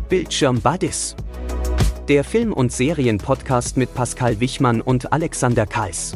Bildschirm-Buddies. Der Film- und Serien-Podcast mit Pascal Wichmann und Alexander Kais.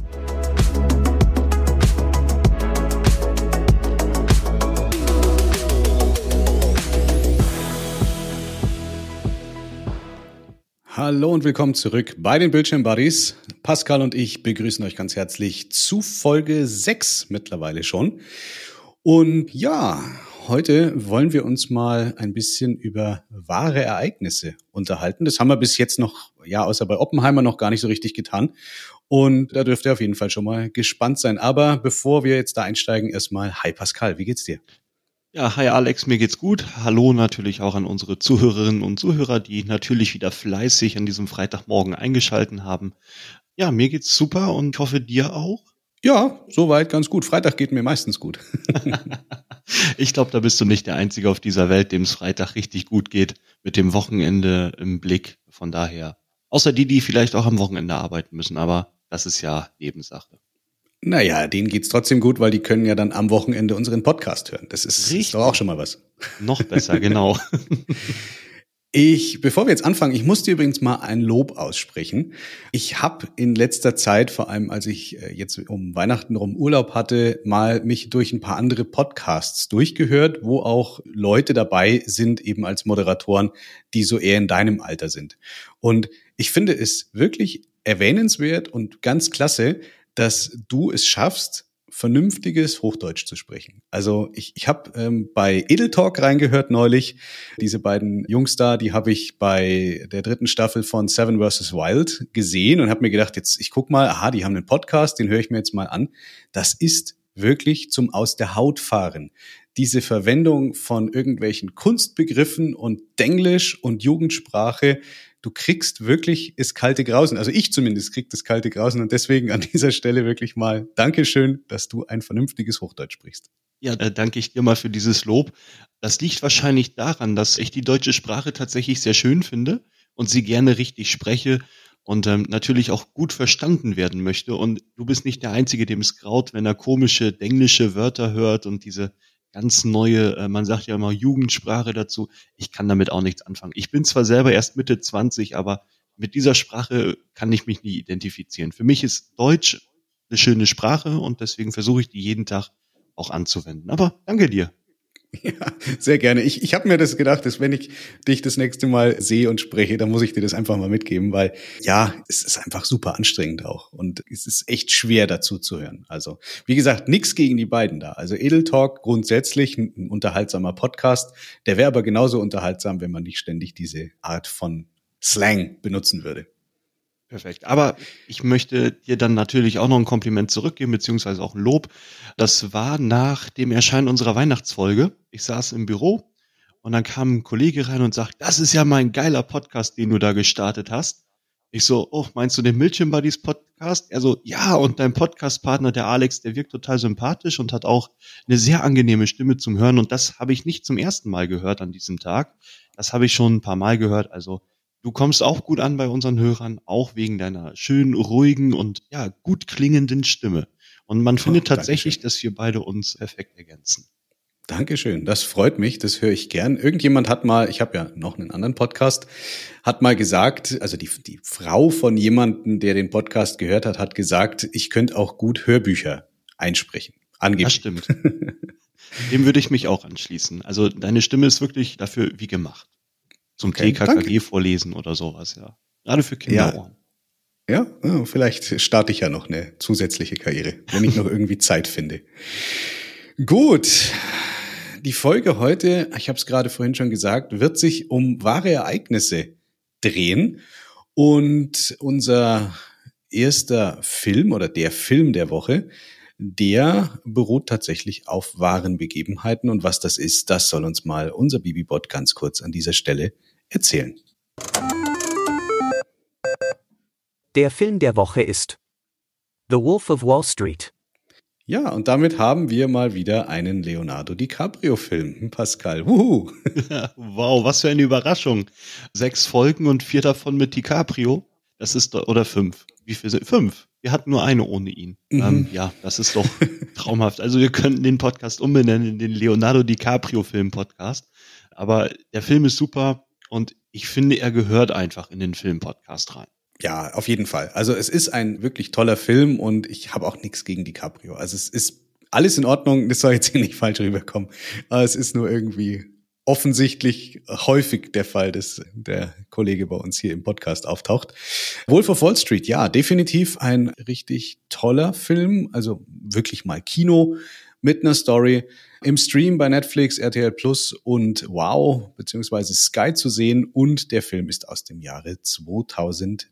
Hallo und willkommen zurück bei den Bildschirm-Buddies. Pascal und ich begrüßen euch ganz herzlich zu Folge 6 mittlerweile schon. Und ja, heute wollen wir uns mal ein bisschen über wahre Ereignisse unterhalten. Das haben wir bis jetzt noch, außer bei Oppenheimer noch gar nicht so richtig getan. Und da dürft ihr auf jeden Fall schon mal gespannt sein. Aber bevor wir jetzt da einsteigen, erstmal, hi Pascal, wie geht's dir? Ja, hi Alex, mir geht's gut. Hallo natürlich auch an unsere Zuhörerinnen und Zuhörer, die natürlich wieder fleißig an diesem Freitagmorgen eingeschalten haben. Ja, mir geht's super und ich hoffe dir auch. Ja, soweit ganz gut. Freitag geht mir meistens gut. Ich glaube, da bist du nicht der Einzige auf dieser Welt, dem es Freitag richtig gut geht, mit dem Wochenende im Blick. Von daher, außer die vielleicht auch am Wochenende arbeiten müssen, aber das ist ja Nebensache. Naja, denen geht's trotzdem gut, weil die können ja dann am Wochenende unseren Podcast hören. Das ist doch auch schon mal was. Noch besser, genau. Bevor wir jetzt anfangen, ich muss dir übrigens mal ein Lob aussprechen. Ich habe in letzter Zeit, vor allem als ich jetzt um Weihnachten rum Urlaub hatte, mal mich durch ein paar andere Podcasts durchgehört, wo auch Leute dabei sind, eben als Moderatoren, die so eher in deinem Alter sind. Und ich finde es wirklich erwähnenswert und ganz klasse, dass du es schaffst, vernünftiges Hochdeutsch zu sprechen. Also ich habe bei Edel Talk reingehört neulich. Diese beiden Jungs da, die habe ich bei der 3. Staffel von Seven vs. Wild gesehen und habe mir gedacht, jetzt ich guck mal, die haben einen Podcast, den höre ich mir jetzt mal an. Das ist wirklich zum Aus der Haut fahren. Diese Verwendung von irgendwelchen Kunstbegriffen und Denglisch und Jugendsprache, du kriegst wirklich das kalte Grausen. Also ich zumindest krieg das kalte Grausen und deswegen an dieser Stelle wirklich mal Dankeschön, dass du ein vernünftiges Hochdeutsch sprichst. Ja, danke ich dir mal für dieses Lob. Das liegt wahrscheinlich daran, dass ich die deutsche Sprache tatsächlich sehr schön finde und sie gerne richtig spreche und natürlich auch gut verstanden werden möchte. Und du bist nicht der Einzige, dem es graut, wenn er komische englische Wörter hört und diese ganz neue, man sagt ja immer Jugendsprache dazu. Ich kann damit auch nichts anfangen. Ich bin zwar selber erst Mitte 20, aber mit dieser Sprache kann ich mich nie identifizieren. Für mich ist Deutsch eine schöne Sprache und deswegen versuche ich die jeden Tag auch anzuwenden. Aber danke dir. Ja, sehr gerne. Ich habe mir das gedacht, dass wenn ich dich das nächste Mal sehe und spreche, dann muss ich dir das einfach mal mitgeben, weil es ist einfach super anstrengend auch und es ist echt schwer dazu zu hören. Also wie gesagt, nichts gegen die beiden da. Also Edel Talk grundsätzlich ein unterhaltsamer Podcast, der wäre aber genauso unterhaltsam, wenn man nicht ständig diese Art von Slang benutzen würde. Perfekt. Aber ich möchte dir dann natürlich auch noch ein Kompliment zurückgeben, beziehungsweise auch ein Lob. Das war nach dem Erscheinen unserer Weihnachtsfolge. Ich saß im Büro und dann kam ein Kollege rein und sagt, das ist ja mal ein geiler Podcast, den du da gestartet hast. Ich so, meinst du den Bildschirm Buddies Podcast? Er so, ja, und dein Podcastpartner, der Alex, der wirkt total sympathisch und hat auch eine sehr angenehme Stimme zum Hören. Und das habe ich nicht zum ersten Mal gehört an diesem Tag. Das habe ich schon ein paar Mal gehört. Also du kommst auch gut an bei unseren Hörern, auch wegen deiner schönen, ruhigen und gut klingenden Stimme. Und man findet tatsächlich, dass wir beide uns perfekt ergänzen. Dankeschön, das freut mich, das höre ich gern. Irgendjemand hat mal, ich habe ja noch einen anderen Podcast, hat mal gesagt, also die Frau von jemandem, der den Podcast gehört hat, hat gesagt, ich könnte auch gut Hörbücher einsprechen. Angeblich. Das stimmt. Dem würde ich mich auch anschließen. Also deine Stimme ist wirklich dafür wie gemacht. Zum TKKG vorlesen oder sowas, ja. Gerade für Kinderohren. Ja, vielleicht starte ich ja noch eine zusätzliche Karriere, wenn ich noch irgendwie Zeit finde. Gut, die Folge heute, ich habe es gerade vorhin schon gesagt, wird sich um wahre Ereignisse drehen. Und unser erster Film oder der Film der Woche, der beruht tatsächlich auf wahren Begebenheiten. Und was das ist, das soll uns mal unser Bibibot ganz kurz an dieser Stelle erzählen. Der Film der Woche ist The Wolf of Wall Street. Ja, und damit haben wir mal wieder einen Leonardo DiCaprio-Film. Pascal, wuhu! Wow, was für eine Überraschung. 6 Folgen und 4 davon mit DiCaprio. Das ist doch, oder 5. Wie viel sind 5? Wir hatten nur eine ohne ihn. Das ist doch traumhaft. Also wir könnten den Podcast umbenennen in den Leonardo DiCaprio Film Podcast. Aber der Film ist super und ich finde, er gehört einfach in den Filmpodcast rein. Ja, auf jeden Fall. Also es ist ein wirklich toller Film und ich habe auch nichts gegen DiCaprio. Also es ist alles in Ordnung, das soll jetzt hier nicht falsch rüberkommen. Aber es ist nur irgendwie offensichtlich häufig der Fall, dass der Kollege bei uns hier im Podcast auftaucht. Wolf of Wall Street, ja, definitiv ein richtig toller Film. Also wirklich mal Kino mit einer Story im Stream bei Netflix, RTL Plus und Wow, beziehungsweise Sky zu sehen. Und der Film ist aus dem Jahre 2013,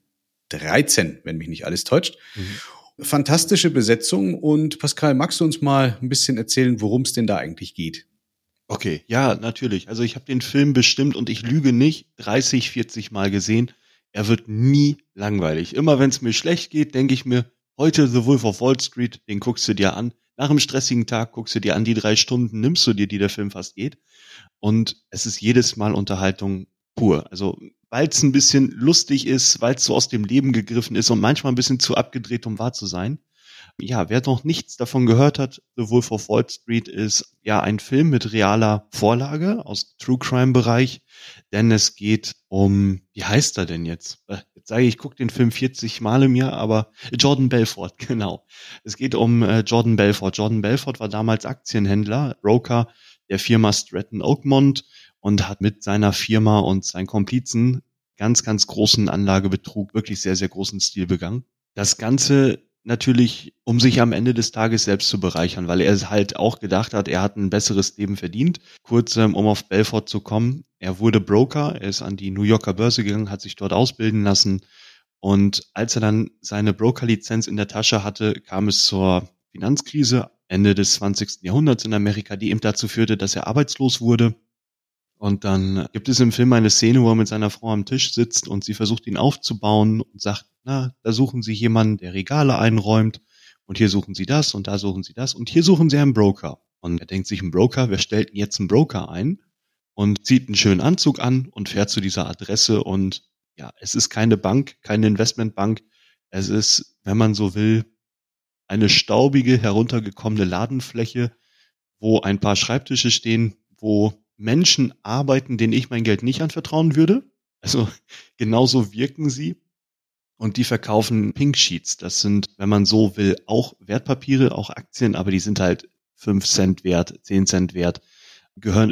wenn mich nicht alles täuscht. Fantastische Besetzung. Und Pascal, magst du uns mal ein bisschen erzählen, worum es denn da eigentlich geht? Okay, ja, natürlich. Also ich habe den Film bestimmt, und ich lüge nicht, 30, 40 Mal gesehen. Er wird nie langweilig. Immer wenn es mir schlecht geht, denke ich mir, heute The Wolf of Wall Street, den guckst du dir an. Nach einem stressigen Tag guckst du dir an, die 3 Stunden nimmst du dir, die der Film fast geht. Und es ist jedes Mal Unterhaltung pur. Also weil es ein bisschen lustig ist, weil es so aus dem Leben gegriffen ist und manchmal ein bisschen zu abgedreht, um wahr zu sein. Ja, wer noch nichts davon gehört hat, The Wolf of Wall Street ist ja ein Film mit realer Vorlage aus True Crime Bereich, denn es geht um, wie heißt er denn jetzt? Jetzt sage ich gucke den Film 40 Mal im Jahr, aber Jordan Belfort, genau. Es geht um Jordan Belfort. Jordan Belfort war damals Aktienhändler, Broker der Firma Stratton Oakmont und hat mit seiner Firma und seinen Komplizen ganz, ganz großen Anlagebetrug, wirklich sehr, sehr großen Stil begangen. Das Ganze natürlich, um sich am Ende des Tages selbst zu bereichern, weil er halt auch gedacht hat, er hat ein besseres Leben verdient. Kurz, um auf Belfort zu kommen. Er wurde Broker, er ist an die New Yorker Börse gegangen, hat sich dort ausbilden lassen. Und als er dann seine Brokerlizenz in der Tasche hatte, kam es zur Finanzkrise Ende des 20. Jahrhunderts in Amerika, die eben dazu führte, dass er arbeitslos wurde. Und dann gibt es im Film eine Szene, wo er mit seiner Frau am Tisch sitzt und sie versucht, ihn aufzubauen und sagt, na, da suchen Sie jemanden, der Regale einräumt und hier suchen Sie das und da suchen Sie das und hier suchen Sie einen Broker. Und er denkt sich, ein Broker, wer stellt denn jetzt einen Broker ein? Und zieht einen schönen Anzug an und fährt zu dieser Adresse und ja, es ist keine Bank, keine Investmentbank. Es ist, wenn man so will, eine staubige, heruntergekommene Ladenfläche, wo ein paar Schreibtische stehen, wo Menschen arbeiten, denen ich mein Geld nicht anvertrauen würde. Also genauso wirken sie. Und die verkaufen Pink Sheets. Das sind, wenn man so will, auch Wertpapiere, auch Aktien, aber die sind halt 5 Cent wert, 10 Cent wert, gehören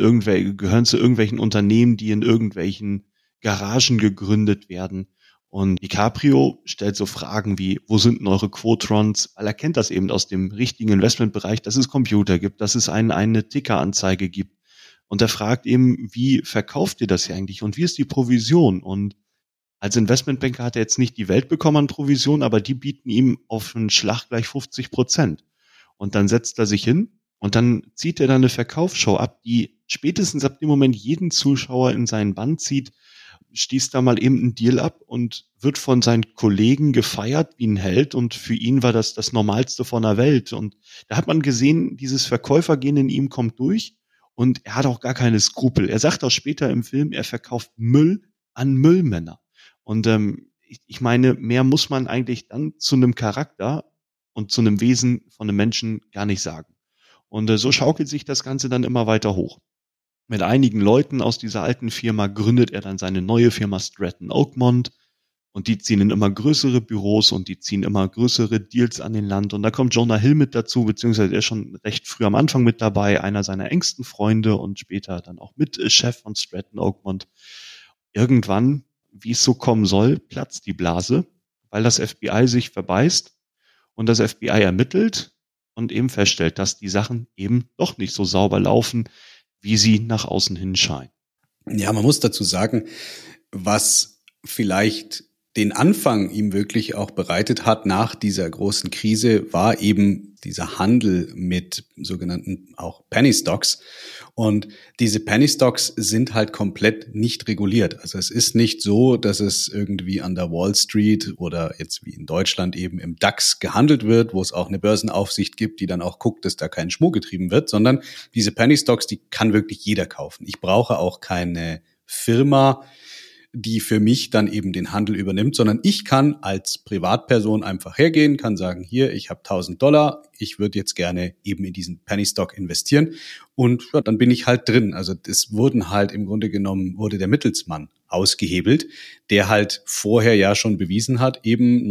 zu irgendwelchen Unternehmen, die in irgendwelchen Garagen gegründet werden. Und DiCaprio stellt so Fragen wie, wo sind denn eure Quotrons? Weil er kennt das eben aus dem richtigen Investmentbereich, dass es Computer gibt, dass es eine Tickeranzeige gibt. Und er fragt eben, wie verkauft ihr das hier eigentlich und wie ist die Provision? Und als Investmentbanker hat er jetzt nicht die Welt bekommen an Provision, aber die bieten ihm auf einen Schlag gleich 50%. Und dann setzt er sich hin und dann zieht er dann eine Verkaufsshow ab, die spätestens ab dem Moment jeden Zuschauer in seinen Bann zieht, stieß da mal eben einen Deal ab und wird von seinen Kollegen gefeiert wie ein Held und für ihn war das das Normalste von der Welt. Und da hat man gesehen, dieses Verkäufergehen in ihm kommt durch und er hat auch gar keine Skrupel. Er sagt auch später im Film, er verkauft Müll an Müllmänner. Und ich meine, mehr muss man eigentlich dann zu einem Charakter und zu einem Wesen von einem Menschen gar nicht sagen. Und so schaukelt sich das Ganze dann immer weiter hoch. Mit einigen Leuten aus dieser alten Firma gründet er dann seine neue Firma Stratton Oakmont und die ziehen in immer größere Büros und die ziehen immer größere Deals an den Land. Und da kommt Jonah Hill mit dazu, beziehungsweise er ist schon recht früh am Anfang mit dabei, einer seiner engsten Freunde und später dann auch mit Chef von Stratton Oakmont. Irgendwann, wie es so kommen soll, platzt die Blase, weil das FBI sich verbeißt und das FBI ermittelt und eben feststellt, dass die Sachen eben doch nicht so sauber laufen, wie sie nach außen hin scheinen. Ja, man muss dazu sagen, was vielleicht den Anfang ihm wirklich auch bereitet hat nach dieser großen Krise, war eben dieser Handel mit sogenannten auch Penny Stocks. Und diese Penny Stocks sind halt komplett nicht reguliert. Also es ist nicht so, dass es irgendwie an der Wall Street oder jetzt wie in Deutschland eben im DAX gehandelt wird, wo es auch eine Börsenaufsicht gibt, die dann auch guckt, dass da kein Schmuck getrieben wird, sondern diese Penny Stocks, die kann wirklich jeder kaufen. Ich brauche auch keine Firma, die für mich dann eben den Handel übernimmt, sondern ich kann als Privatperson einfach hergehen, kann sagen, hier, ich habe $1.000, ich würde jetzt gerne eben in diesen Penny Stock investieren und ja, dann bin ich halt drin. Also das wurde der Mittelsmann ausgehebelt, der halt vorher ja schon bewiesen hat, eben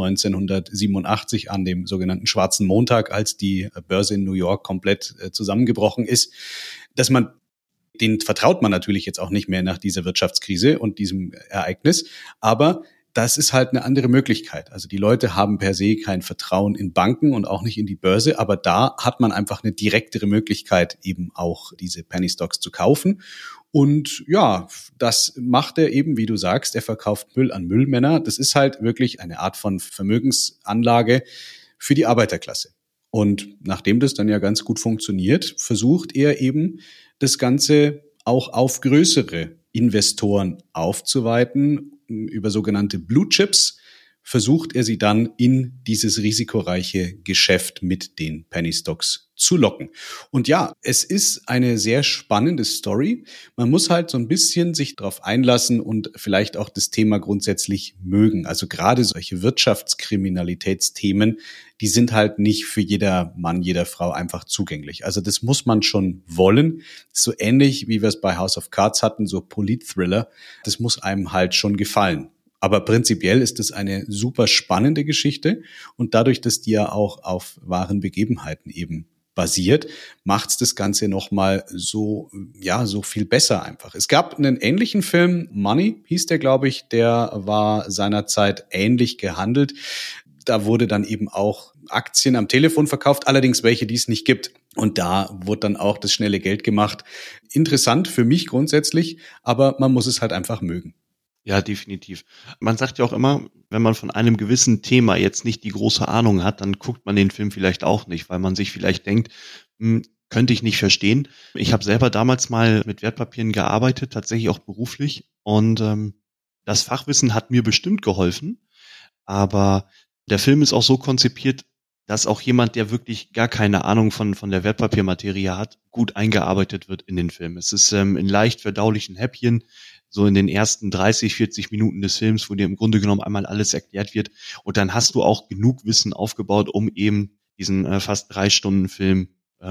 1987 an dem sogenannten Schwarzen Montag, als die Börse in New York komplett zusammengebrochen ist, dass man den vertraut man natürlich jetzt auch nicht mehr nach dieser Wirtschaftskrise und diesem Ereignis, aber das ist halt eine andere Möglichkeit. Also die Leute haben per se kein Vertrauen in Banken und auch nicht in die Börse, aber da hat man einfach eine direktere Möglichkeit, eben auch diese Penny Stocks zu kaufen. Und ja, das macht er eben, wie du sagst, er verkauft Müll an Müllmänner. Das ist halt wirklich eine Art von Vermögensanlage für die Arbeiterklasse. Und nachdem das dann ja ganz gut funktioniert, versucht er eben, das Ganze auch auf größere Investoren aufzuweiten. Über sogenannte Blue Chips versucht er sie dann in dieses risikoreiche Geschäft mit den Penny Stocks zu locken. Und ja, es ist eine sehr spannende Story. Man muss halt so ein bisschen sich darauf einlassen und vielleicht auch das Thema grundsätzlich mögen. Also gerade solche Wirtschaftskriminalitätsthemen, die sind halt nicht für jeder Mann, jeder Frau einfach zugänglich. Also das muss man schon wollen. So ähnlich wie wir es bei House of Cards hatten, so Polit-Thriller. Das muss einem halt schon gefallen. Aber prinzipiell ist es eine super spannende Geschichte und dadurch, dass die ja auch auf wahren Begebenheiten eben basiert, macht's das Ganze nochmal so viel besser einfach. Es gab einen ähnlichen Film, Money hieß der, glaube ich, der war seinerzeit ähnlich gehandelt. Da wurde dann eben auch Aktien am Telefon verkauft, allerdings welche, die es nicht gibt. Und da wurde dann auch das schnelle Geld gemacht. Interessant für mich grundsätzlich, aber man muss es halt einfach mögen. Ja, definitiv. Man sagt ja auch immer, wenn man von einem gewissen Thema jetzt nicht die große Ahnung hat, dann guckt man den Film vielleicht auch nicht, weil man sich vielleicht denkt, könnte ich nicht verstehen. Ich habe selber damals mal mit Wertpapieren gearbeitet, tatsächlich auch beruflich. Und das Fachwissen hat mir bestimmt geholfen. Aber der Film ist auch so konzipiert, dass auch jemand, der wirklich gar keine Ahnung von der Wertpapiermaterie hat, gut eingearbeitet wird in den Film. Es ist in leicht verdaulichen Häppchen, so in den ersten 30, 40 Minuten des Films, wo dir im Grunde genommen einmal alles erklärt wird. Und dann hast du auch genug Wissen aufgebaut, um eben diesen fast 3 Stunden Film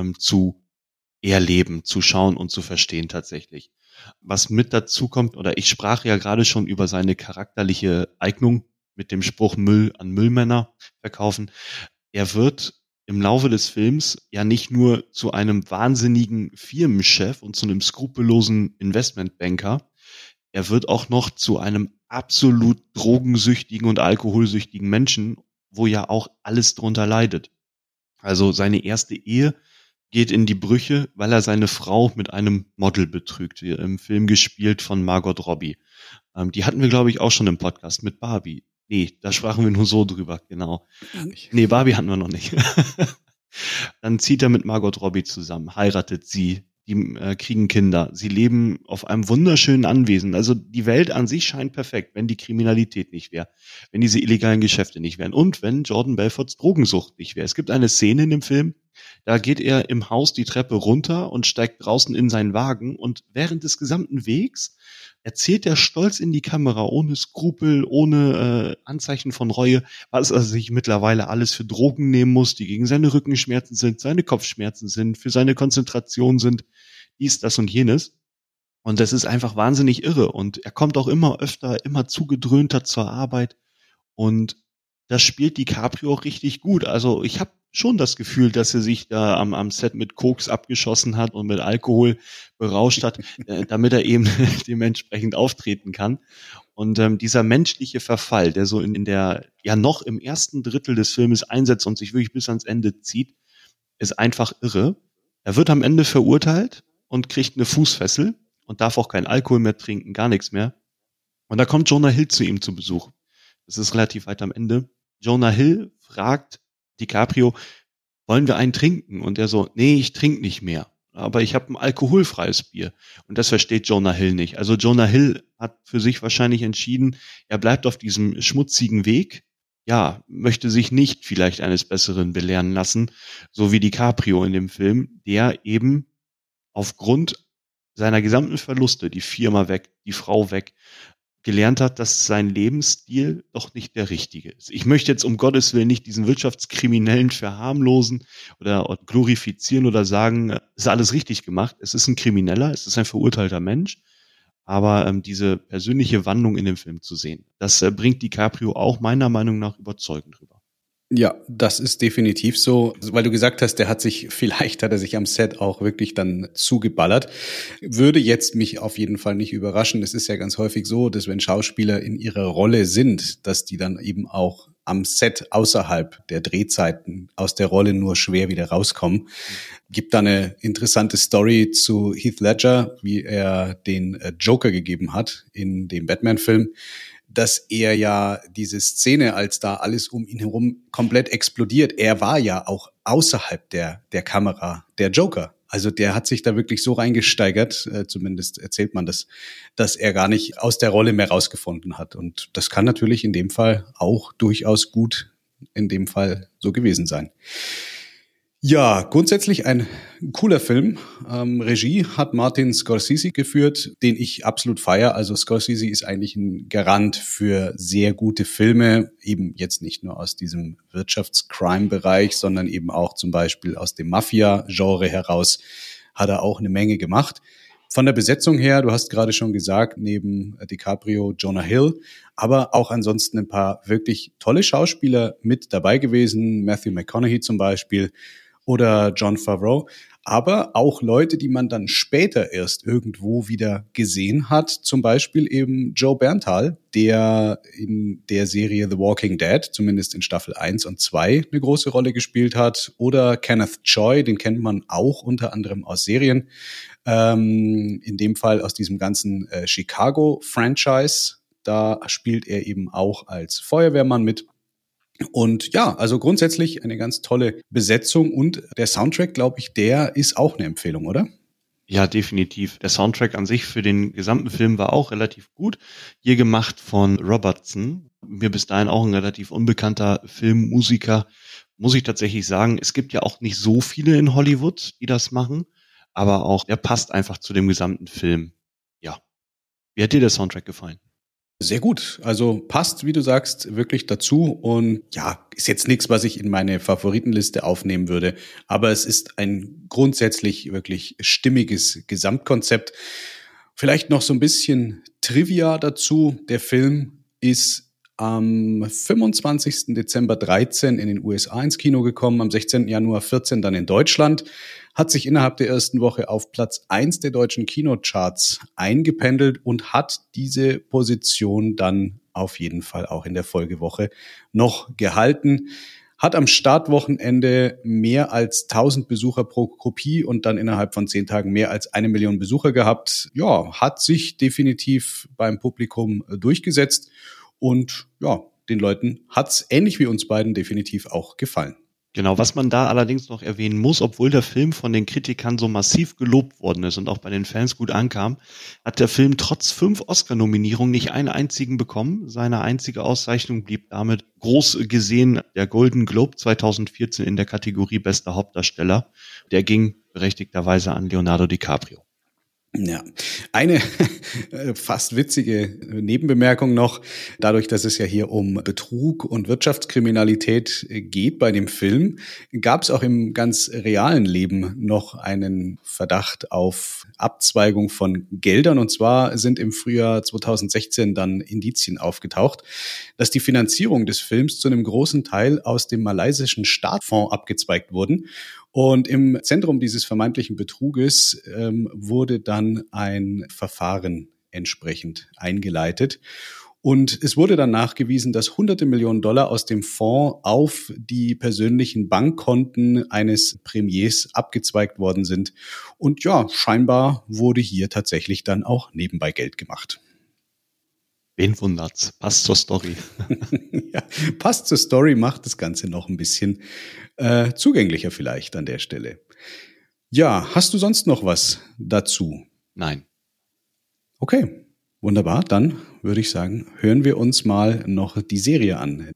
zu erleben, zu schauen und zu verstehen tatsächlich. Was mit dazu kommt, oder ich sprach ja gerade schon über seine charakterliche Eignung mit dem Spruch Müll an Müllmänner verkaufen. Er wird im Laufe des Films ja nicht nur zu einem wahnsinnigen Firmenchef und zu einem skrupellosen Investmentbanker, er wird auch noch zu einem absolut drogensüchtigen und alkoholsüchtigen Menschen, wo ja auch alles drunter leidet. Also seine erste Ehe geht in die Brüche, weil er seine Frau mit einem Model betrügt, wie im Film gespielt von Margot Robbie. Die hatten wir, glaube ich, auch schon im Podcast mit Barbie. Nee, da sprachen wir nur so drüber, genau. Nee, Barbie hatten wir noch nicht. Dann zieht er mit Margot Robbie zusammen, heiratet sie, die kriegen Kinder, sie leben auf einem wunderschönen Anwesen. Also die Welt an sich scheint perfekt, wenn die Kriminalität nicht wäre, wenn diese illegalen Geschäfte nicht wären und wenn Jordan Belforts Drogensucht nicht wäre. Es gibt eine Szene in dem Film, da geht er im Haus die Treppe runter und steigt draußen in seinen Wagen und während des gesamten Wegs erzählt er stolz in die Kamera, ohne Skrupel, ohne Anzeichen von Reue, was er sich mittlerweile alles für Drogen nehmen muss, die gegen seine Rückenschmerzen sind, seine Kopfschmerzen sind, für seine Konzentration sind, dies, das und jenes. Und das ist einfach wahnsinnig irre. Und er kommt auch immer öfter, immer zugedröhnter zur Arbeit. Und das spielt DiCaprio richtig gut. Also ich habe schon das Gefühl, dass er sich da am Set mit Koks abgeschossen hat und mit Alkohol berauscht hat, damit er eben dementsprechend auftreten kann. Und dieser menschliche Verfall, der so in der, ja noch im ersten Drittel des Filmes einsetzt und sich wirklich bis ans Ende zieht, ist einfach irre. Er wird am Ende verurteilt und kriegt eine Fußfessel und darf auch keinen Alkohol mehr trinken, gar nichts mehr. Und da kommt Jonah Hill zu ihm zu Besuch. Das ist relativ weit am Ende. Jonah Hill fragt DiCaprio, wollen wir einen trinken? Und er so, nee, ich trinke nicht mehr. Aber ich habe ein alkoholfreies Bier. Und das versteht Jonah Hill nicht. Also Jonah Hill hat für sich wahrscheinlich entschieden, er bleibt auf diesem schmutzigen Weg. Ja, möchte sich nicht vielleicht eines Besseren belehren lassen, so wie DiCaprio in dem Film, der eben aufgrund seiner gesamten Verluste, die Firma weg, die Frau weg, gelernt hat, dass sein Lebensstil doch nicht der richtige ist. Ich möchte jetzt um Gottes Willen nicht diesen Wirtschaftskriminellen verharmlosen oder glorifizieren oder sagen, es ist alles richtig gemacht. Es ist ein Krimineller, es ist ein verurteilter Mensch, aber diese persönliche Wandlung in dem Film zu sehen, das bringt DiCaprio auch meiner Meinung nach überzeugend rüber. Ja, das ist definitiv so, weil du gesagt hast, vielleicht hat er sich am Set auch wirklich dann zugeballert. Würde jetzt mich auf jeden Fall nicht überraschen. Es ist ja ganz häufig so, dass wenn Schauspieler in ihrer Rolle sind, dass die dann eben auch am Set außerhalb der Drehzeiten aus der Rolle nur schwer wieder rauskommen. Gibt da eine interessante Story zu Heath Ledger, wie er den Joker gegeben hat in dem Batman-Film, dass er ja diese Szene, als da alles um ihn herum komplett explodiert, er war ja auch außerhalb der Kamera der Joker. Also der hat sich da wirklich so reingesteigert, zumindest erzählt man das, dass er gar nicht aus der Rolle mehr rausgefunden hat. Und das kann natürlich in dem Fall auch durchaus gut in dem Fall so gewesen sein. Ja, grundsätzlich ein cooler Film. Regie hat Martin Scorsese geführt, den ich absolut feiere. Also Scorsese ist eigentlich ein Garant für sehr gute Filme, eben jetzt nicht nur aus diesem Wirtschaftscrime-Bereich, sondern eben auch zum Beispiel aus dem Mafia-Genre heraus hat er auch eine Menge gemacht. Von der Besetzung her, du hast gerade schon gesagt, neben DiCaprio, Jonah Hill, aber auch ansonsten ein paar wirklich tolle Schauspieler mit dabei gewesen. Matthew McConaughey zum Beispiel oder Jon Favreau, aber auch Leute, die man dann später erst irgendwo wieder gesehen hat, zum Beispiel eben Joe Bernthal, der in der Serie The Walking Dead, zumindest in Staffel 1 und 2, eine große Rolle gespielt hat, oder Kenneth Choi, den kennt man auch unter anderem aus Serien, in dem Fall aus diesem ganzen Chicago-Franchise, da spielt er eben auch als Feuerwehrmann mit. Und ja, also grundsätzlich eine ganz tolle Besetzung und der Soundtrack, glaube ich, der ist auch eine Empfehlung, oder? Ja, definitiv. Der Soundtrack an sich für den gesamten Film war auch relativ gut. Hier gemacht von Robertson, mir bis dahin auch ein relativ unbekannter Filmmusiker. Muss ich tatsächlich sagen, es gibt ja auch nicht so viele in Hollywood, die das machen, aber auch der passt einfach zu dem gesamten Film. Ja. Wie hat dir der Soundtrack gefallen? Sehr gut. Also passt, wie du sagst, wirklich dazu und ja, ist jetzt nichts, was ich in meine Favoritenliste aufnehmen würde, aber es ist ein grundsätzlich wirklich stimmiges Gesamtkonzept. Vielleicht noch so ein bisschen Trivia dazu. Der Film ist am 25. Dezember 13 in den USA ins Kino gekommen, am 16. Januar 14 dann in Deutschland, hat sich innerhalb der ersten Woche auf Platz 1 der deutschen Kinocharts eingependelt und hat diese Position dann auf jeden Fall auch in der Folgewoche noch gehalten. Hat am Startwochenende mehr als 1000 Besucher pro Kopie und dann innerhalb von 10 Tagen mehr als 1 Million Besucher gehabt. Ja, hat sich definitiv beim Publikum durchgesetzt. Und ja, den Leuten hat's ähnlich wie uns beiden definitiv auch gefallen. Genau, was man da allerdings noch erwähnen muss, obwohl der Film von den Kritikern so massiv gelobt worden ist und auch bei den Fans gut ankam, hat der Film trotz 5 Oscar-Nominierungen nicht einen einzigen bekommen. Seine einzige Auszeichnung blieb damit groß gesehen der Golden Globe 2014 in der Kategorie Bester Hauptdarsteller. Der ging berechtigterweise an Leonardo DiCaprio. Ja, eine fast witzige Nebenbemerkung noch. Dadurch, dass es ja hier um Betrug und Wirtschaftskriminalität geht bei dem Film, gab es auch im ganz realen Leben noch einen Verdacht auf Abzweigung von Geldern. Und zwar sind im Frühjahr 2016 dann Indizien aufgetaucht, dass die Finanzierung des Films zu einem großen Teil aus dem malaysischen Staatsfonds abgezweigt wurden. Und im Zentrum dieses vermeintlichen Betruges wurde dann ein Verfahren entsprechend eingeleitet. Und es wurde dann nachgewiesen, dass hunderte Millionen Dollar aus dem Fonds auf die persönlichen Bankkonten eines Premiers abgezweigt worden sind. Und ja, scheinbar wurde hier tatsächlich dann auch nebenbei Geld gemacht. Wen wundert's? Passt zur Story. Ja, passt zur Story, macht das Ganze noch ein bisschen zugänglicher vielleicht an der Stelle. Ja, hast du sonst noch was dazu? Nein. Okay, wunderbar. Dann würde ich sagen, hören wir uns mal noch die Serie an.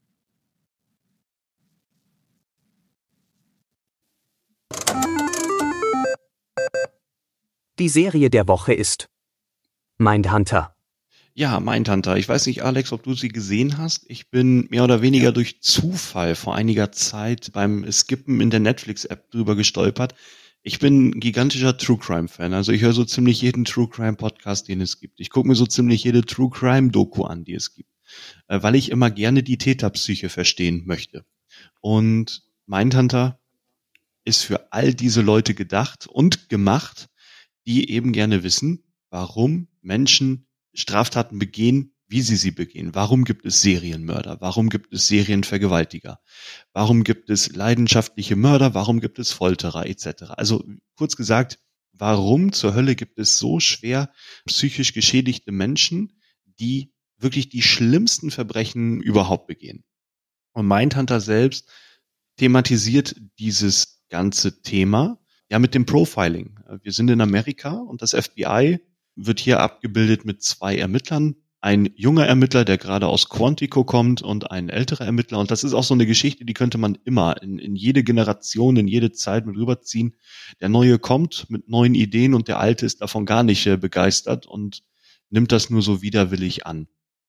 Die Serie der Woche ist Mindhunter. Ja, Mindhunter. Ich weiß nicht, Alex, ob du sie gesehen hast. Ich bin mehr oder weniger durch Zufall vor einiger Zeit beim Skippen in der Netflix-App drüber gestolpert. Ich bin ein gigantischer True Crime Fan. Also ich höre so ziemlich jeden True Crime Podcast, den es gibt. Ich gucke mir so ziemlich jede True Crime Doku an, die es gibt, weil ich immer gerne die Täterpsyche verstehen möchte. Und Mindhunter ist für all diese Leute gedacht und gemacht, die eben gerne wissen, warum Menschen Straftaten begehen, wie sie begehen. Warum gibt es Serienmörder? Warum gibt es Serienvergewaltiger? Warum gibt es leidenschaftliche Mörder? Warum gibt es Folterer etc.? Also kurz gesagt, warum zur Hölle gibt es so schwer psychisch geschädigte Menschen, die wirklich die schlimmsten Verbrechen überhaupt begehen? Und Mindhunter selbst thematisiert dieses ganze Thema ja mit dem Profiling. Wir sind in Amerika und das FBI wird hier abgebildet mit 2 Ermittlern. Ein junger Ermittler, der gerade aus Quantico kommt, und ein älterer Ermittler. Und das ist auch so eine Geschichte, die könnte man immer in jede Generation, in jede Zeit mit rüberziehen. Der Neue kommt mit neuen Ideen und der Alte ist davon gar nicht begeistert und nimmt das nur so widerwillig an.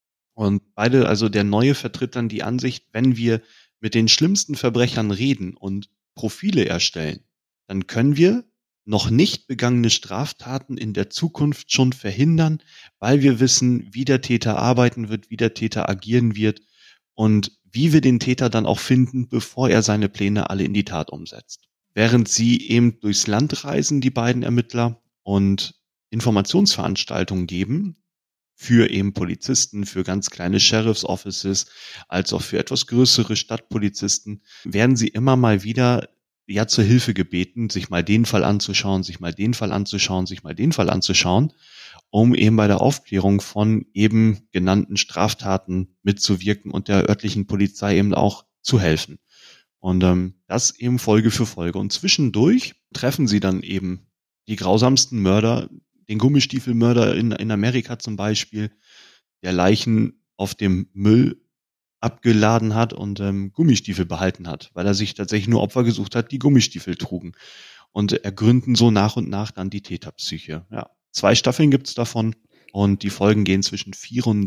Und beide, also der Neue vertritt dann die Ansicht, wenn wir mit den schlimmsten Verbrechern reden und Profile erstellen, dann können wir noch nicht begangene Straftaten in der Zukunft schon verhindern, weil wir wissen, wie der Täter arbeiten wird, wie der Täter agieren wird und wie wir den Täter dann auch finden, bevor er seine Pläne alle in die Tat umsetzt. Während sie eben durchs Land reisen, die beiden Ermittler, und Informationsveranstaltungen geben, für eben Polizisten, für ganz kleine Sheriff's Offices, als auch für etwas größere Stadtpolizisten, werden sie immer mal wieder ja zur Hilfe gebeten, sich mal den Fall anzuschauen, sich mal den Fall anzuschauen, sich mal den Fall anzuschauen, um eben bei der Aufklärung von eben genannten Straftaten mitzuwirken und der örtlichen Polizei eben auch zu helfen. Und das eben Folge für Folge. Und zwischendurch treffen sie dann eben die grausamsten Mörder, den Gummistiefelmörder in Amerika zum Beispiel, der Leichen auf dem Müll abgeladen hat und Gummistiefel behalten hat, weil er sich tatsächlich nur Opfer gesucht hat, die Gummistiefel trugen. Und ergründen so nach und nach dann die Täterpsyche. Ja, 2 Staffeln gibt's davon und die Folgen gehen zwischen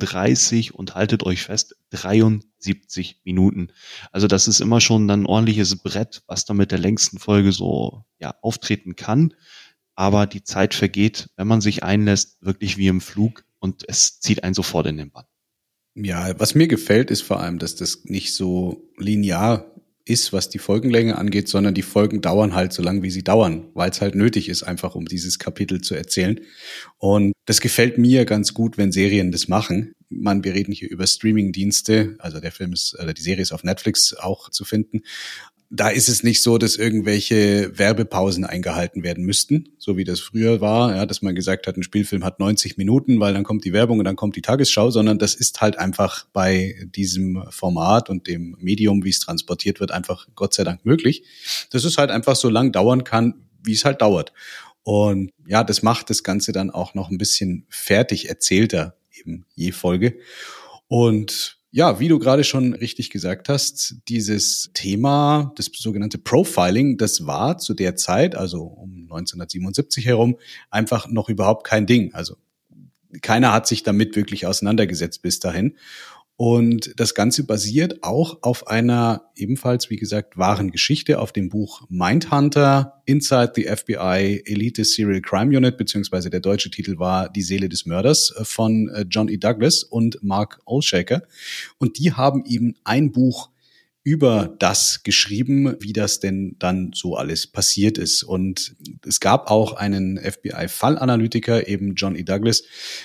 34 und, haltet euch fest, 73 Minuten. Also das ist immer schon dann ein ordentliches Brett, was da mit der längsten Folge so ja auftreten kann. Aber die Zeit vergeht, wenn man sich einlässt, wirklich wie im Flug, und es zieht einen sofort in den Bann. Ja, was mir gefällt, ist vor allem, dass das nicht so linear ist, was die Folgenlänge angeht, sondern die Folgen dauern halt so lange, wie sie dauern, weil es halt nötig ist, einfach um dieses Kapitel zu erzählen. Und das gefällt mir ganz gut, wenn Serien das machen. Wir reden hier über Streaming-Dienste, also die Serie ist auf Netflix auch zu finden. Da ist es nicht so, dass irgendwelche Werbepausen eingehalten werden müssten, so wie das früher war, ja, dass man gesagt hat, ein Spielfilm hat 90 Minuten, weil dann kommt die Werbung und dann kommt die Tagesschau, sondern das ist halt einfach bei diesem Format und dem Medium, wie es transportiert wird, einfach Gott sei Dank möglich, dass es halt einfach so lang dauern kann, wie es halt dauert. Und ja, das macht das Ganze dann auch noch ein bisschen fertig erzählter, eben je Folge. Und ja, wie du gerade schon richtig gesagt hast, dieses Thema, das sogenannte Profiling, das war zu der Zeit, also um 1977 herum, einfach noch überhaupt kein Ding. Also keiner hat sich damit wirklich auseinandergesetzt bis dahin. Und das Ganze basiert auch auf einer ebenfalls, wie gesagt, wahren Geschichte, auf dem Buch Mindhunter, Inside the FBI Elite Serial Crime Unit, beziehungsweise der deutsche Titel war Die Seele des Mörders von John E. Douglas und Mark Olshaker. Und die haben eben ein Buch über das geschrieben, wie das denn dann so alles passiert ist. Und es gab auch einen FBI-Fallanalytiker, eben John E. Douglas,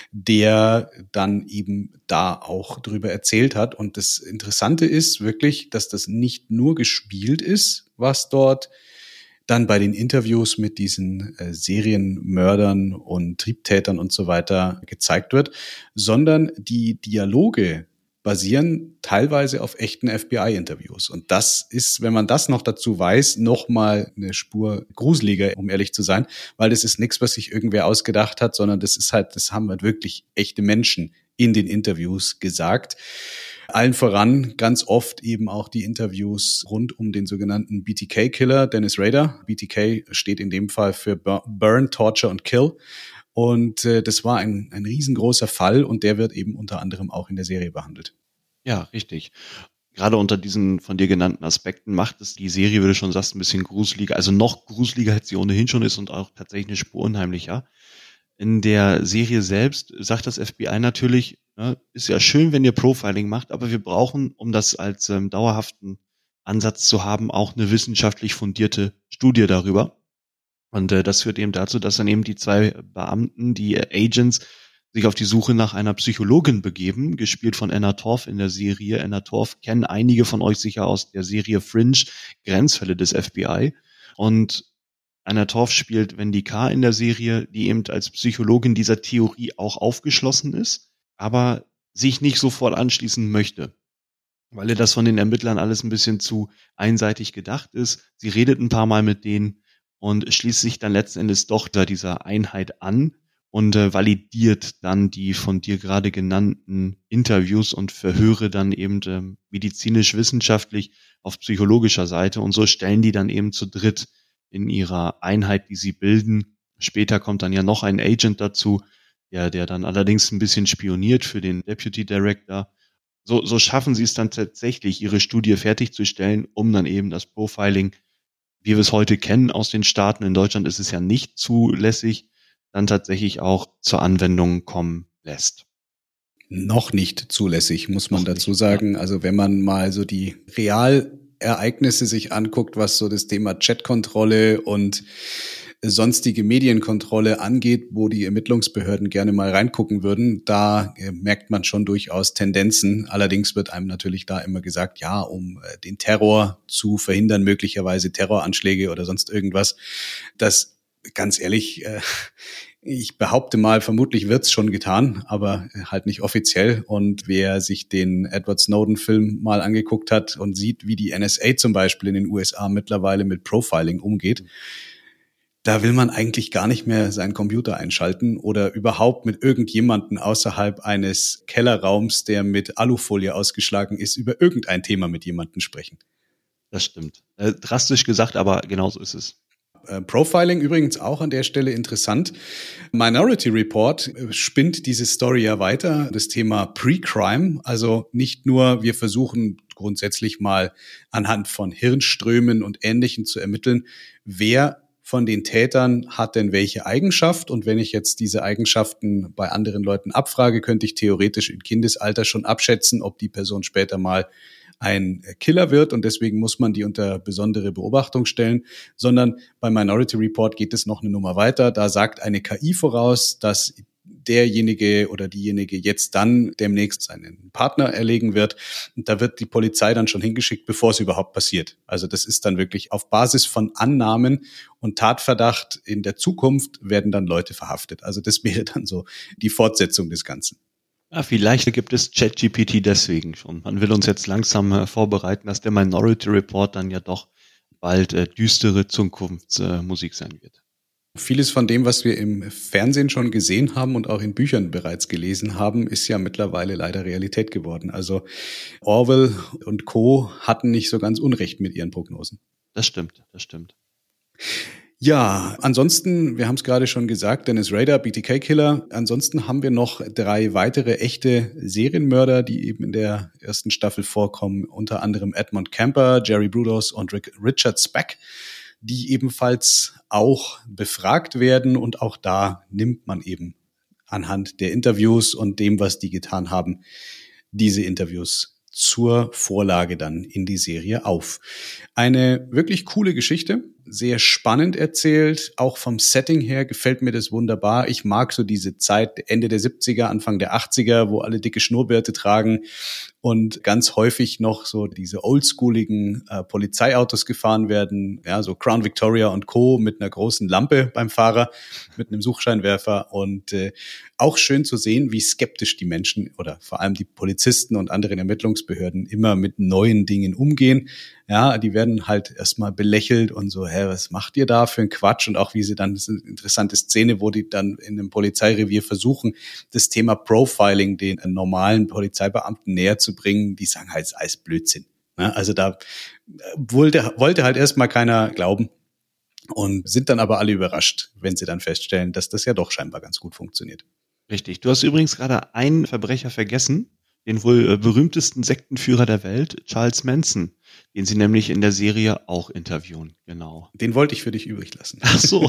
der dann eben da auch drüber erzählt hat. Und das Interessante ist wirklich, dass das nicht nur gespielt ist, was dort dann bei den Interviews mit diesen Serienmördern und Triebtätern und so weiter gezeigt wird, sondern die Dialoge basieren teilweise auf echten FBI-Interviews. Und das ist, wenn man das noch dazu weiß, noch mal eine Spur gruseliger, um ehrlich zu sein, weil das ist nichts, was sich irgendwer ausgedacht hat, sondern das haben halt wirklich echte Menschen in den Interviews gesagt. Allen voran ganz oft eben auch die Interviews rund um den sogenannten BTK-Killer, Dennis Rader. BTK steht in dem Fall für Burn, Torture und Kill. Und das war ein riesengroßer Fall und der wird eben unter anderem auch in der Serie behandelt. Ja, richtig. gerade unter diesen von dir genannten Aspekten macht es die Serie, wie du schon sagst, ein bisschen gruseliger, also noch gruseliger, als sie ohnehin schon ist und auch tatsächlich eine Spur unheimlicher. In der Serie selbst sagt das FBI natürlich, ist ja schön, wenn ihr Profiling macht, aber wir brauchen, um das als dauerhaften Ansatz zu haben, auch eine wissenschaftlich fundierte Studie darüber. Und das führt eben dazu, dass dann eben die zwei Beamten, die Agents, sich auf die Suche nach einer Psychologin begeben, gespielt von Anna Torv in der Serie. Anna Torv kennen einige von euch sicher aus der Serie Fringe, Grenzfälle des FBI. Und Anna Torv spielt Wendy Carr in der Serie, die eben als Psychologin dieser Theorie auch aufgeschlossen ist, aber sich nicht sofort anschließen möchte, weil ihr das von den Ermittlern alles ein bisschen zu einseitig gedacht ist. Sie redet ein paar Mal mit denen und schließt sich dann letzten Endes doch dieser Einheit an und validiert dann die von dir gerade genannten Interviews und Verhöre dann eben medizinisch-wissenschaftlich auf psychologischer Seite. Und so stellen die dann eben zu dritt in ihrer Einheit, die sie bilden. Später kommt dann ja noch ein Agent dazu, der dann allerdings ein bisschen spioniert für den Deputy Director. So schaffen sie es dann tatsächlich, ihre Studie fertigzustellen, um dann eben das Profiling, wie wir es heute kennen aus den Staaten, in Deutschland ist es ja nicht zulässig, dann tatsächlich auch zur Anwendung kommen lässt. Noch nicht zulässig, muss man dazu nicht, sagen. ja. Also wenn man mal so die Realereignisse sich anguckt, was so das Thema Chatkontrolle und sonstige Medienkontrolle angeht, wo die Ermittlungsbehörden gerne mal reingucken würden, da merkt man schon durchaus Tendenzen. Allerdings wird einem natürlich da immer gesagt, ja, um den Terror zu verhindern, möglicherweise Terroranschläge oder sonst irgendwas. Das, ganz ehrlich, ich behaupte mal, vermutlich wird's schon getan, aber halt nicht offiziell. Und wer sich den Edward Snowden-Film mal angeguckt hat und sieht, wie die NSA zum Beispiel in den USA mittlerweile mit Profiling umgeht, da will man eigentlich gar nicht mehr seinen Computer einschalten oder überhaupt mit irgendjemanden außerhalb eines Kellerraums, der mit Alufolie ausgeschlagen ist, über irgendein Thema mit jemandem sprechen. Das stimmt. Drastisch gesagt, aber genauso ist es. Profiling übrigens auch an der Stelle interessant. Minority Report spinnt diese Story ja weiter, das Thema Pre-Crime. Also nicht nur, wir versuchen grundsätzlich mal anhand von Hirnströmen und Ähnlichem zu ermitteln, wer von den Tätern hat denn welche Eigenschaft? Und wenn ich jetzt diese Eigenschaften bei anderen Leuten abfrage, könnte ich theoretisch im Kindesalter schon abschätzen, ob die Person später mal ein Killer wird. Und deswegen muss man die unter besondere Beobachtung stellen. Sondern bei Minority Report geht es noch eine Nummer weiter. Da sagt eine KI voraus, dass derjenige oder diejenige jetzt dann demnächst seinen Partner erlegen wird. Und da wird die Polizei dann schon hingeschickt, bevor es überhaupt passiert. Also das ist dann wirklich auf Basis von Annahmen und Tatverdacht in der Zukunft werden dann Leute verhaftet. Also das wäre dann so die Fortsetzung des Ganzen. Ja, vielleicht gibt es ChatGPT deswegen schon. Man will uns jetzt langsam vorbereiten, dass der Minority Report dann ja doch bald düstere Zukunftsmusik sein wird. Vieles von dem, was wir im Fernsehen schon gesehen haben und auch in Büchern bereits gelesen haben, ist ja mittlerweile leider Realität geworden. Also Orwell und Co. hatten nicht so ganz Unrecht mit ihren Prognosen. Das stimmt. Ja, ansonsten, wir haben es gerade schon gesagt, Dennis Rader, BTK-Killer. Ansonsten haben wir noch 3 weitere echte Serienmörder, die eben in der ersten Staffel vorkommen. Unter anderem Edmund Kemper, Jerry Brudos und Richard Speck, die ebenfalls auch befragt werden. Und auch da nimmt man eben anhand der Interviews und dem, was die getan haben, diese Interviews zur Vorlage dann in die Serie auf. Eine wirklich coole Geschichte, sehr spannend erzählt, auch vom Setting her gefällt mir das wunderbar. Ich mag so diese Zeit Ende der 70er, Anfang der 80er, wo alle dicke Schnurrbärte tragen und ganz häufig noch so diese oldschooligen Polizeiautos gefahren werden, ja, so Crown Victoria und Co. mit einer großen Lampe beim Fahrer, mit einem Suchscheinwerfer und auch schön zu sehen, wie skeptisch die Menschen oder vor allem die Polizisten und anderen Ermittlungsbehörden immer mit neuen Dingen umgehen. Ja, die werden halt erstmal belächelt und so, was macht ihr da für einen Quatsch? Und auch wie sie dann, das ist eine interessante Szene, wo die dann in einem Polizeirevier versuchen, das Thema Profiling den normalen Polizeibeamten näher zu bringen. Die sagen halt, es ist alles Blödsinn. Ja, also da wollte halt erstmal keiner glauben und sind dann aber alle überrascht, wenn sie dann feststellen, dass das ja doch scheinbar ganz gut funktioniert. Richtig. Du hast übrigens gerade einen Verbrecher vergessen, den wohl berühmtesten Sektenführer der Welt, Charles Manson, den sie nämlich in der Serie auch interviewen. Genau. Den wollte ich für dich übrig lassen. Ach so.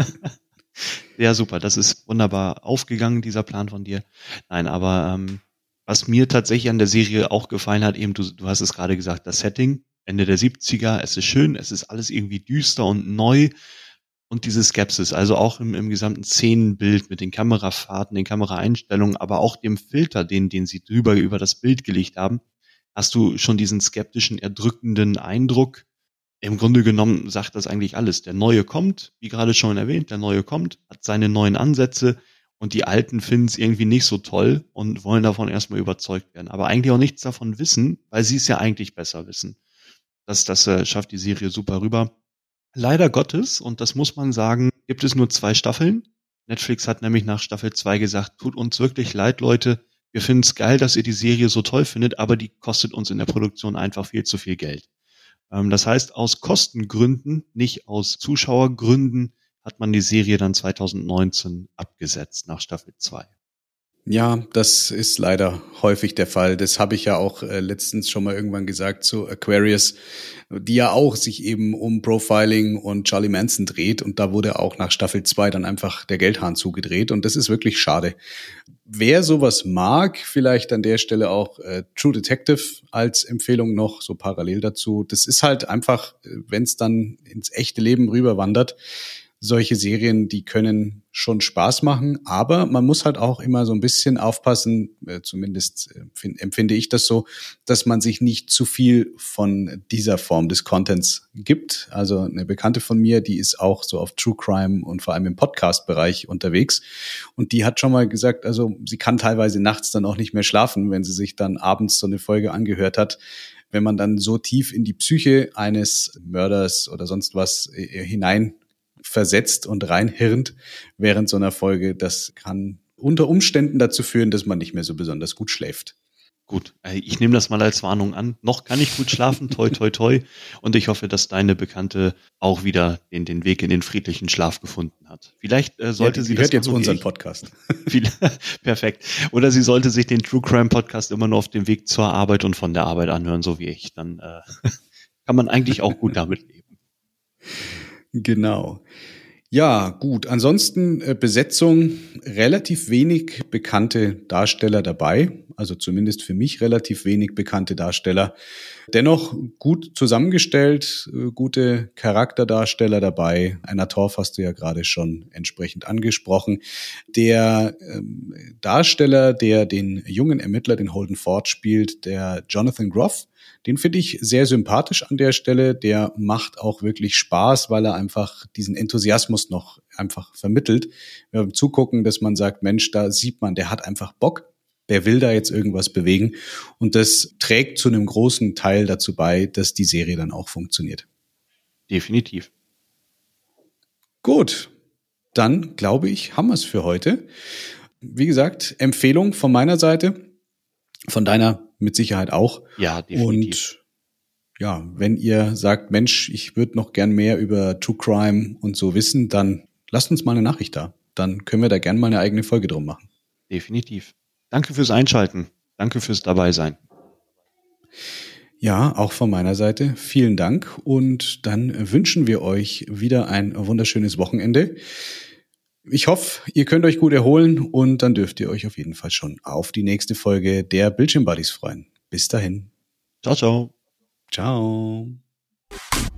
Ja, super. Das ist wunderbar aufgegangen, dieser Plan von dir. Nein, aber was mir tatsächlich an der Serie auch gefallen hat, eben, du hast es gerade gesagt, das Setting, Ende der 70er, es ist schön, es ist alles irgendwie düster und neu. Und diese Skepsis, also auch im gesamten Szenenbild mit den Kamerafahrten, den Kameraeinstellungen, aber auch dem Filter, den sie drüber über das Bild gelegt haben, hast du schon diesen skeptischen, erdrückenden Eindruck. Im Grunde genommen sagt das eigentlich alles. Der Neue kommt, wie gerade schon erwähnt, der Neue kommt, hat seine neuen Ansätze und die Alten finden es irgendwie nicht so toll und wollen davon erstmal überzeugt werden. Aber eigentlich auch nichts davon wissen, weil sie es ja eigentlich besser wissen. Das schafft die Serie super rüber. Leider Gottes, und das muss man sagen, gibt es nur 2 Staffeln. Netflix hat nämlich nach Staffel 2 gesagt, tut uns wirklich leid, Leute. Wir finden es geil, dass ihr die Serie so toll findet, aber die kostet uns in der Produktion einfach viel zu viel Geld. Das heißt, aus Kostengründen, nicht aus Zuschauergründen, hat man die Serie dann 2019 abgesetzt nach Staffel 2. Ja, das ist leider häufig der Fall. Das habe ich ja auch letztens schon mal irgendwann gesagt zu Aquarius, die ja auch sich eben um Profiling und Charlie Manson dreht. Und da wurde auch nach Staffel 2 dann einfach der Geldhahn zugedreht. Und das ist wirklich schade. Wer sowas mag, vielleicht an der Stelle auch True Detective als Empfehlung noch, so parallel dazu. Das ist halt einfach, wenn es dann ins echte Leben rüberwandert, solche Serien, die können schon Spaß machen, aber man muss halt auch immer so ein bisschen aufpassen, zumindest empfinde ich das so, dass man sich nicht zu viel von dieser Form des Contents gibt. Also eine Bekannte von mir, die ist auch so auf True Crime und vor allem im Podcast-Bereich unterwegs und die hat schon mal gesagt, also sie kann teilweise nachts dann auch nicht mehr schlafen, wenn sie sich dann abends so eine Folge angehört hat, wenn man dann so tief in die Psyche eines Mörders oder sonst was hinein versetzt und reinhirnt während so einer Folge, das kann unter Umständen dazu führen, dass man nicht mehr so besonders gut schläft. Gut, ich nehme das mal als Warnung an. Noch kann ich gut schlafen, toi, toi, toi. Und ich hoffe, dass deine Bekannte auch wieder den Weg in den friedlichen Schlaf gefunden hat. Vielleicht sollte sie das hört jetzt unseren Podcast. Perfekt. Oder sie sollte sich den True Crime Podcast immer nur auf dem Weg zur Arbeit und von der Arbeit anhören, so wie ich. Dann kann man eigentlich auch gut damit leben. Genau. Ja, gut. Ansonsten Besetzung, relativ wenig bekannte Darsteller dabei. Also zumindest für mich relativ wenig bekannte Darsteller. Dennoch gut zusammengestellt, gute Charakterdarsteller dabei. Anna Torv hast du ja gerade schon entsprechend angesprochen. Der Darsteller, der den jungen Ermittler, den Holden Ford spielt, der Jonathan Groff, den finde ich sehr sympathisch an der Stelle. Der macht auch wirklich Spaß, weil er einfach diesen Enthusiasmus noch einfach vermittelt. Beim Zugucken, dass man sagt, Mensch, da sieht man, der hat einfach Bock. Der will da jetzt irgendwas bewegen. Und das trägt zu einem großen Teil dazu bei, dass die Serie dann auch funktioniert. Definitiv. Gut, dann glaube ich, haben wir es für heute. Wie gesagt, Empfehlung von meiner Seite, von deiner mit Sicherheit auch. Ja, definitiv. Und ja, wenn ihr sagt, Mensch, ich würde noch gern mehr über True Crime und so wissen, dann lasst uns mal eine Nachricht da. Dann können wir da gern mal eine eigene Folge drum machen. Definitiv. Danke fürs Einschalten. Danke fürs Dabeisein. Ja, auch von meiner Seite. Vielen Dank. Und dann wünschen wir euch wieder ein wunderschönes Wochenende. Ich hoffe, ihr könnt euch gut erholen und dann dürft ihr euch auf jeden Fall schon auf die nächste Folge der Bildschirm Buddies freuen. Bis dahin. Ciao, ciao. Ciao.